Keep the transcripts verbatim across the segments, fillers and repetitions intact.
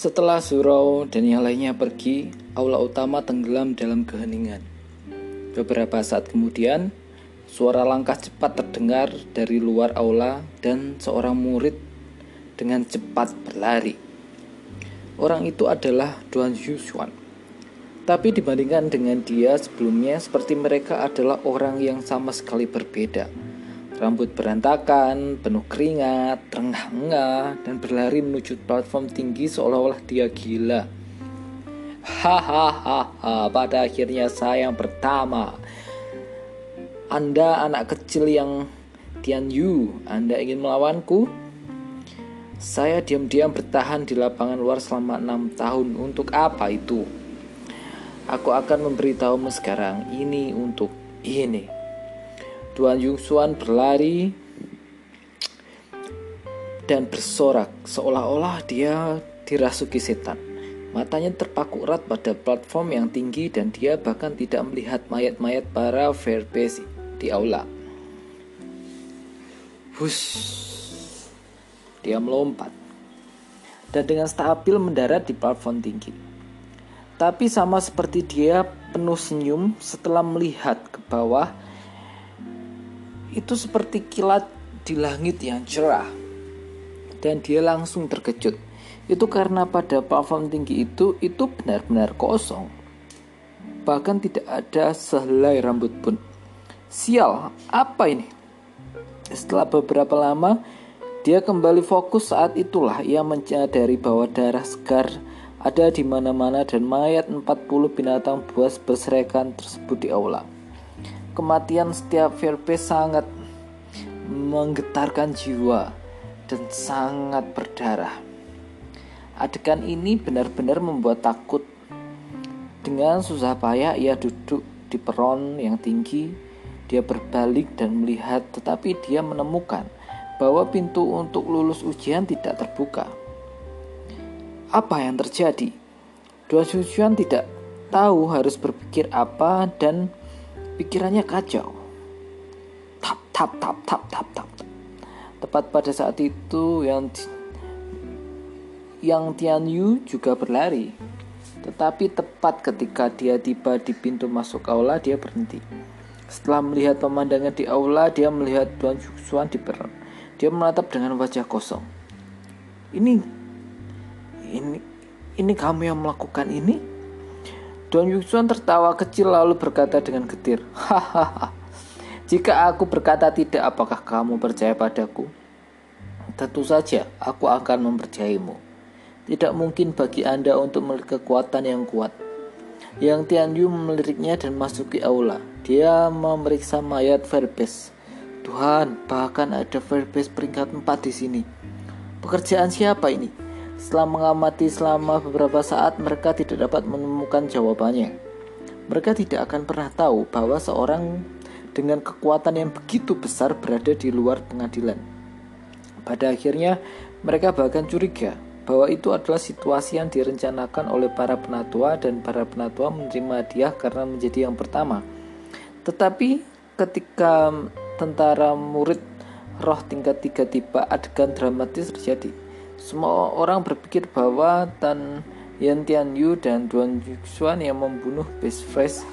Setelah surau dan yang lainnya pergi, aula utama tenggelam dalam keheningan. Beberapa saat kemudian, suara langkah cepat terdengar dari luar aula dan seorang murid dengan cepat berlari. Orang itu adalah Duan Yuxuan. Tapi dibandingkan dengan dia sebelumnya, seperti mereka adalah orang yang sama sekali berbeda. Rambut berantakan, penuh keringat, terengah-engah, dan berlari menuju platform tinggi seolah-olah dia gila. Hahaha, pada akhirnya saya yang pertama. Anda anak kecil yang Tian Yu, Anda ingin melawanku? Saya diam-diam bertahan di lapangan luar selama enam tahun. Untuk apa itu? Aku akan memberitahumu sekarang. Ini untuk ini. Duan Yuxuan berlari dan bersorak seolah-olah dia dirasuki setan. Matanya terpaku erat pada platform yang tinggi dan dia bahkan tidak melihat mayat-mayat para verbes di aula. Hush. Dia melompat dan dengan stabil mendarat di platform tinggi. Tapi sama seperti dia penuh senyum setelah melihat ke bawah, itu seperti kilat di langit yang cerah. Dan dia langsung terkejut. Itu karena pada platform tinggi itu, itu benar-benar kosong. Bahkan tidak ada sehelai rambut pun. Sial, apa ini? Setelah beberapa lama, dia kembali fokus. Saat itulah ia menyadari bahwa darah segar ada di mana-mana dan mayat empat puluh binatang buas berserakan tersebut di aula. Kematian setiap verbes sangat menggetarkan jiwa dan sangat berdarah. Adegan ini benar-benar membuat takut. Dengan susah payah ia duduk di peron yang tinggi. Dia berbalik dan melihat, tetapi dia menemukan bahwa pintu untuk lulus ujian tidak terbuka. Apa yang terjadi? Duan Yuxuan tidak tahu harus berpikir apa dan pikirannya kacau. Tap tap tap tap tap tap. Tepat pada saat itu yang yang Tian Yu juga berlari. Tetapi tepat ketika dia tiba di pintu masuk aula, dia berhenti. Setelah melihat pemandangan di aula, dia melihat Duan Yuxuan di peron. Dia menatap dengan wajah kosong. Ini Ini, ini kamu yang melakukan ini? Duan Yuxuan tertawa kecil lalu berkata dengan getir, hahaha. Jika aku berkata tidak, apakah kamu percaya padaku? Tentu saja, aku akan mempercayaimu. Tidak mungkin bagi Anda untuk memiliki kekuatan yang kuat. Yang Tian Yu meliriknya dan masuki aula. Dia memeriksa mayat verbes. Tuhan, bahkan ada verbes peringkat empat di sini. Pekerjaan siapa ini? Setelah mengamati selama beberapa saat, mereka tidak dapat menemukan jawabannya. Mereka tidak akan pernah tahu bahwa seorang dengan kekuatan yang begitu besar berada di luar pengadilan. Pada akhirnya, mereka bahkan curiga bahwa itu adalah situasi yang direncanakan oleh para penatua dan para penatua menerima hadiah karena menjadi yang pertama. Tetapi ketika tentara murid roh tingkat tiga tiba, adegan dramatis terjadi. Semua orang berpikir bahwa Tan Yan Tian Yu dan Duan Yuxuan yang membunuh best fresh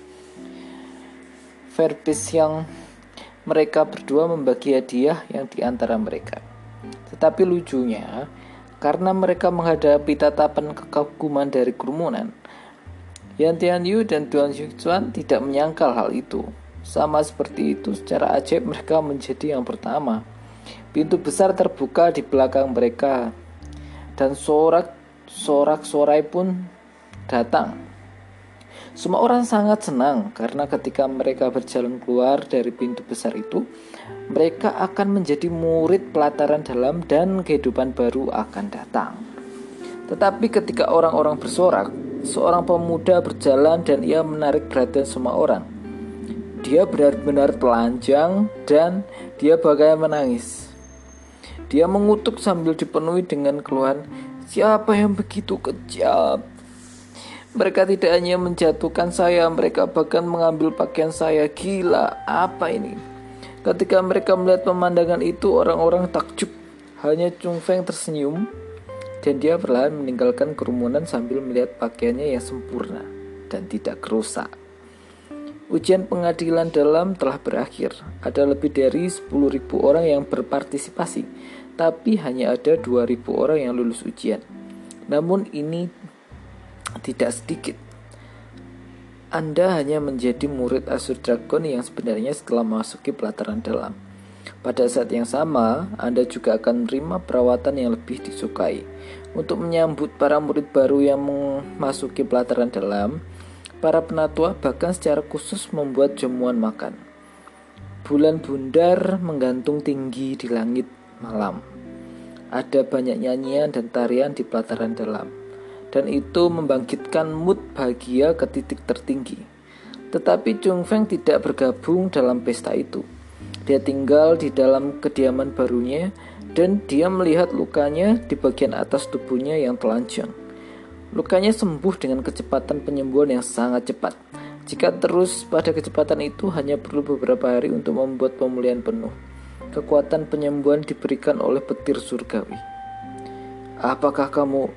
verbes yang mereka berdua membagi hadiah yang diantara mereka. Tetapi lucunya, karena mereka menghadapi tatapan kekaguman dari kerumunan, Yan Tian Yu dan Duan Yuxuan tidak menyangkal hal itu. Sama seperti itu, secara ajaib mereka menjadi yang pertama. Pintu besar terbuka di belakang mereka dan sorak-sorai pun datang. Semua orang sangat senang karena ketika mereka berjalan keluar dari pintu besar itu, mereka akan menjadi murid pelataran dalam dan kehidupan baru akan datang. Tetapi ketika orang-orang bersorak, seorang pemuda berjalan dan ia menarik perhatian semua orang. Dia benar-benar telanjang dan dia bagaikan menangis. Dia mengutuk sambil dipenuhi dengan keluhan, siapa yang begitu kejam? Mereka tidak hanya menjatuhkan saya, mereka bahkan mengambil pakaian saya. Gila, apa ini? Ketika mereka melihat pemandangan itu, orang-orang takjub. Hanya Chung Feng tersenyum. dan dia perlahan meninggalkan kerumunan sambil melihat pakaiannya yang sempurna dan tidak kerusak. Ujian pengadilan dalam telah berakhir. Ada lebih dari sepuluh ribu orang yang berpartisipasi, tapi hanya ada dua ribu orang yang lulus ujian. Namun ini tidak sedikit. Anda hanya menjadi murid Azure Dragon yang sebenarnya setelah memasuki pelataran dalam. Pada saat yang sama, Anda juga akan menerima perawatan yang lebih disukai. Untuk menyambut para murid baru yang memasuki pelataran dalam, para penatua bahkan secara khusus membuat jamuan makan. Bulan bundar menggantung tinggi di langit malam. Ada banyak nyanyian dan tarian di pelataran dalam, dan itu membangkitkan mood bahagia ke titik tertinggi. Tetapi Chung Feng tidak bergabung dalam pesta itu. Dia tinggal di dalam kediaman barunya, dan dia melihat lukanya di bagian atas tubuhnya yang telanjang. Lukanya sembuh dengan kecepatan penyembuhan yang sangat cepat. Jika terus pada kecepatan itu, hanya perlu beberapa hari untuk membuat pemulihan penuh. Kekuatan penyembuhan diberikan oleh petir surgawi. Apakah kamu...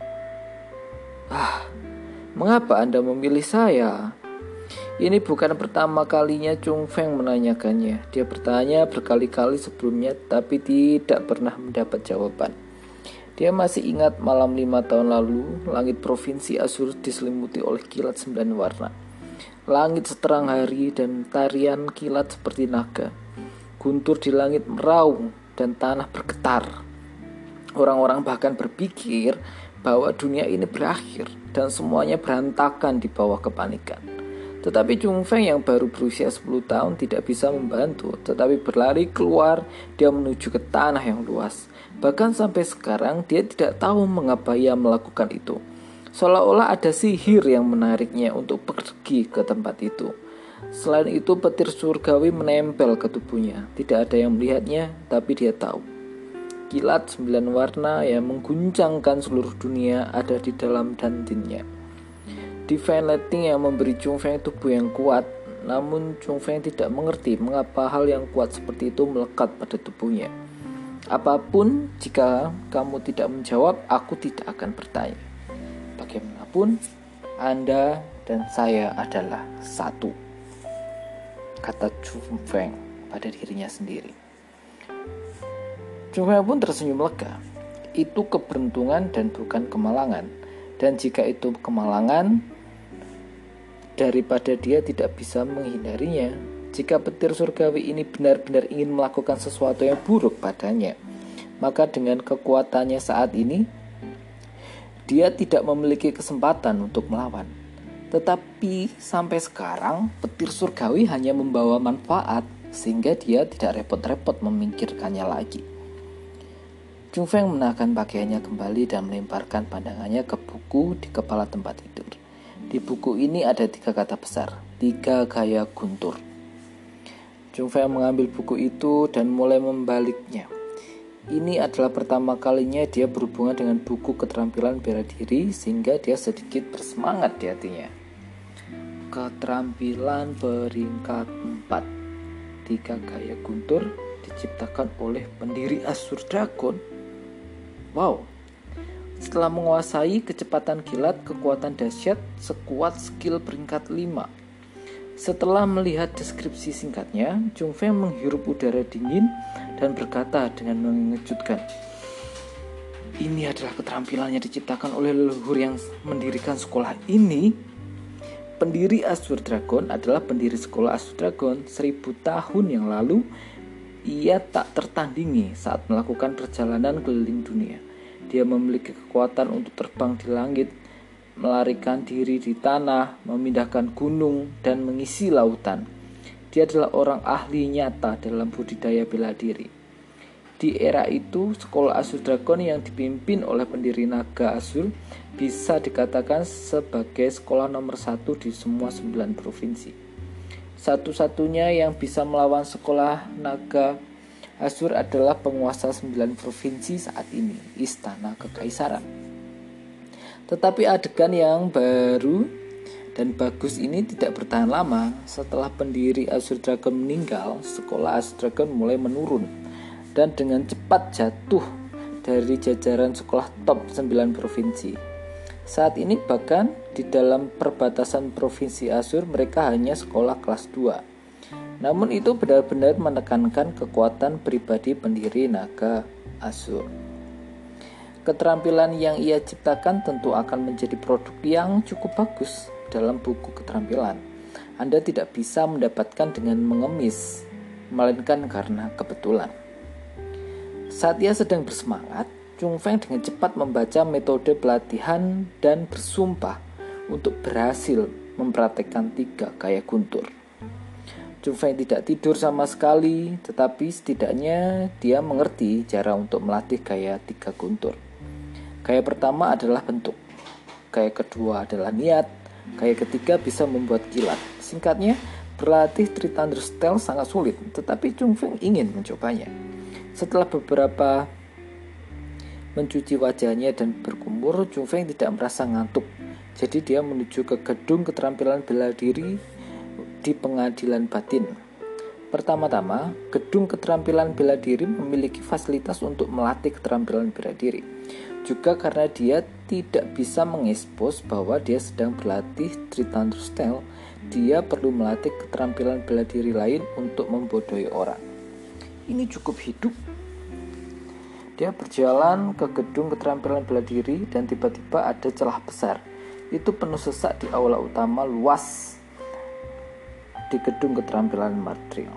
Ah, mengapa Anda memilih saya? Ini bukan pertama kalinya Chung Feng menanyakannya. Dia bertanya berkali-kali sebelumnya, tapi tidak pernah mendapat jawaban. Dia masih ingat malam lima tahun lalu, langit provinsi Azure diselimuti oleh kilat sembilan warna. Langit seterang hari dan tarian kilat seperti naga. Guntur di langit meraung dan tanah bergetar. Orang-orang bahkan berpikir bahwa dunia ini berakhir dan semuanya berantakan di bawah kepanikan. Tetapi Chung Feng yang baru berusia sepuluh tahun tidak bisa membantu, tetapi berlari keluar, dia menuju ke tanah yang luas. Bahkan sampai sekarang dia tidak tahu mengapa ia melakukan itu. Seolah-olah ada sihir yang menariknya untuk pergi ke tempat itu. Selain itu, petir surgawi menempel ke tubuhnya. Tidak ada yang melihatnya, tapi dia tahu. Kilat sembilan warna yang mengguncangkan seluruh dunia ada di dalam dantinnya. Divine Lighting yang memberi Chung Feng tubuh yang kuat, namun Chung Feng tidak mengerti mengapa hal yang kuat seperti itu melekat pada tubuhnya. Apapun, jika kamu tidak menjawab, aku tidak akan bertanya. Bagaimanapun, Anda dan saya adalah satu, kata Chung Feng pada dirinya sendiri. Chung Feng pun tersenyum lega. Itu keberuntungan dan bukan kemalangan. Dan jika itu kemalangan, daripada dia tidak bisa menghindarinya. Jika petir surgawi ini benar-benar ingin melakukan sesuatu yang buruk padanya, maka dengan kekuatannya saat ini, dia tidak memiliki kesempatan untuk melawan. Tetapi sampai sekarang, petir surgawi hanya membawa manfaat, sehingga dia tidak repot-repot memikirkannya lagi. Chung Feng mengenakan pakaiannya kembali dan melemparkan pandangannya ke buku di kepala tempat tidur. Di buku ini ada tiga kata besar, tiga gaya guntur. Chung Feng mengambil buku itu dan mulai membaliknya. Ini adalah pertama kalinya dia berhubungan dengan buku keterampilan bela diri, sehingga dia sedikit bersemangat di hatinya. Keterampilan peringkat empat. Tiga gaya guntur diciptakan oleh pendiri Azure Dragon. Wow. Setelah menguasai kecepatan kilat, kekuatan dahsyat, sekuat skill peringkat lima. Setelah melihat deskripsi singkatnya, Chung Feng menghirup udara dingin dan berkata dengan mengejutkan, ini adalah keterampilan yang diciptakan oleh leluhur yang mendirikan sekolah ini. Pendiri Azure Dragon adalah pendiri sekolah Azure Dragon seribu tahun yang lalu. Ia tak tertandingi saat melakukan perjalanan keliling dunia. Dia memiliki kekuatan untuk terbang di langit, melarikan diri di tanah, memindahkan gunung, dan mengisi lautan. Dia adalah orang ahli nyata dalam budidaya bela diri. Di era itu, sekolah Azure Dragon yang dipimpin oleh pendiri naga Azure bisa dikatakan sebagai sekolah nomor satu di semua sembilan provinsi. Satu-satunya yang bisa melawan sekolah naga Azure adalah penguasa sembilan provinsi saat ini, Istana Kekaisaran. Tetapi adegan yang baru dan bagus ini tidak bertahan lama. Setelah pendiri Azure Dragon meninggal, sekolah Azure Dragon mulai menurun dan dengan cepat jatuh dari jajaran sekolah top sembilan provinsi. Saat ini bahkan di dalam perbatasan provinsi Asur mereka hanya sekolah kelas dua. Namun itu benar-benar menekankan kekuatan pribadi pendiri naga Asur. Keterampilan yang ia ciptakan tentu akan menjadi produk yang cukup bagus dalam buku keterampilan. Anda tidak bisa mendapatkan dengan mengemis, melainkan karena kebetulan. Saat ia sedang bersemangat, Chung Feng dengan cepat membaca metode pelatihan dan bersumpah untuk berhasil mempraktekkan tiga gaya guntur. Chung Feng tidak tidur sama sekali, tetapi setidaknya dia mengerti cara untuk melatih gaya tiga guntur. Gaya pertama adalah bentuk, gaya kedua adalah niat, gaya ketiga bisa membuat kilat. Singkatnya, berlatih Three Thunder Style sangat sulit, tetapi Chung Feng ingin mencobanya. Setelah beberapa mencuci wajahnya dan berkumur, Chung Feng tidak merasa ngantuk. Jadi dia menuju ke gedung keterampilan bela diri di pengadilan batin. Pertama-tama, gedung keterampilan bela diri memiliki fasilitas untuk melatih keterampilan bela diri. Juga karena dia tidak bisa mengekspos bahwa dia sedang berlatih Three Thunder Style, dia perlu melatih keterampilan bela diri lain untuk membodohi orang. Ini cukup hidup. Dia berjalan ke gedung keterampilan bela diri dan tiba-tiba ada celah besar. Itu penuh sesak di aula utama luas di gedung keterampilan martial.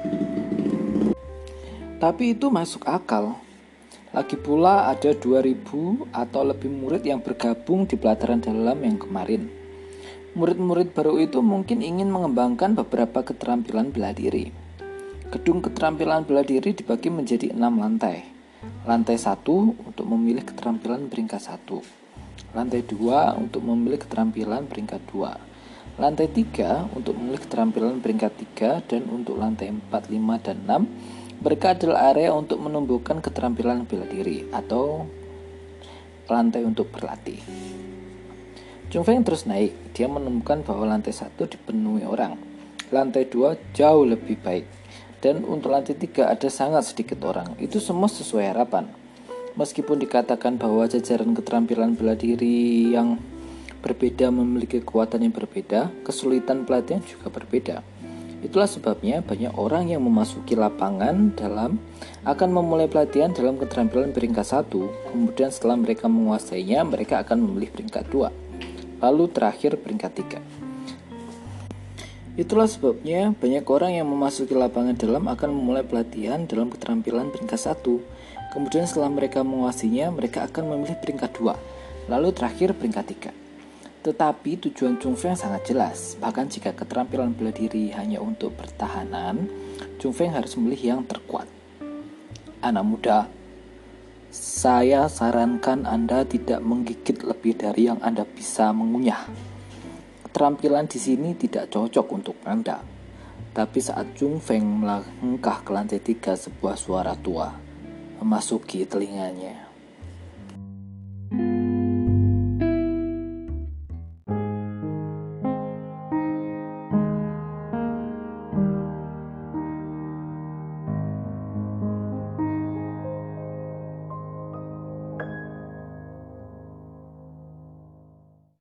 Tapi itu masuk akal. Lagi pula ada dua ribu atau lebih murid yang bergabung di pelataran dalam yang kemarin. Murid-murid baru itu mungkin ingin mengembangkan beberapa keterampilan bela diri. Gedung keterampilan bela diri dibagi menjadi enam lantai. Lantai satu untuk memilih keterampilan peringkat satu. Lantai dua untuk memilih keterampilan peringkat dua. Lantai tiga untuk memilih keterampilan peringkat tiga. Dan untuk lantai empat, lima, dan enam mereka adalah area untuk menumbuhkan keterampilan bela diri atau lantai untuk berlatih. Chung Feng terus naik. Dia menemukan bahwa lantai satu dipenuhi orang. Lantai dua jauh lebih baik. Dan untuk lantai tiga ada sangat sedikit orang. Itu semua sesuai harapan. Meskipun dikatakan bahwa jajaran keterampilan bela diri yang berbeda memiliki kekuatan yang berbeda, kesulitan pelatihan juga berbeda. Itulah sebabnya banyak orang yang memasuki lapangan dalam akan memulai pelatihan dalam keterampilan peringkat satu, kemudian setelah mereka menguasainya, mereka akan memilih peringkat dua, lalu terakhir peringkat tiga. Itulah sebabnya banyak orang yang memasuki lapangan dalam akan memulai pelatihan dalam keterampilan peringkat satu, kemudian setelah mereka menguasainya, mereka akan memilih peringkat dua, lalu terakhir peringkat tiga. Tetapi tujuan Chung Feng sangat jelas. Bahkan jika keterampilan bela diri hanya untuk pertahanan, Chung Feng harus memilih yang terkuat. Anak muda, saya sarankan Anda tidak menggigit lebih dari yang Anda bisa mengunyah. Keterampilan di sini tidak cocok untuk Anda. Tapi saat Chung Feng melangkah ke lantai tiga, sebuah suara tua memasuki telinganya.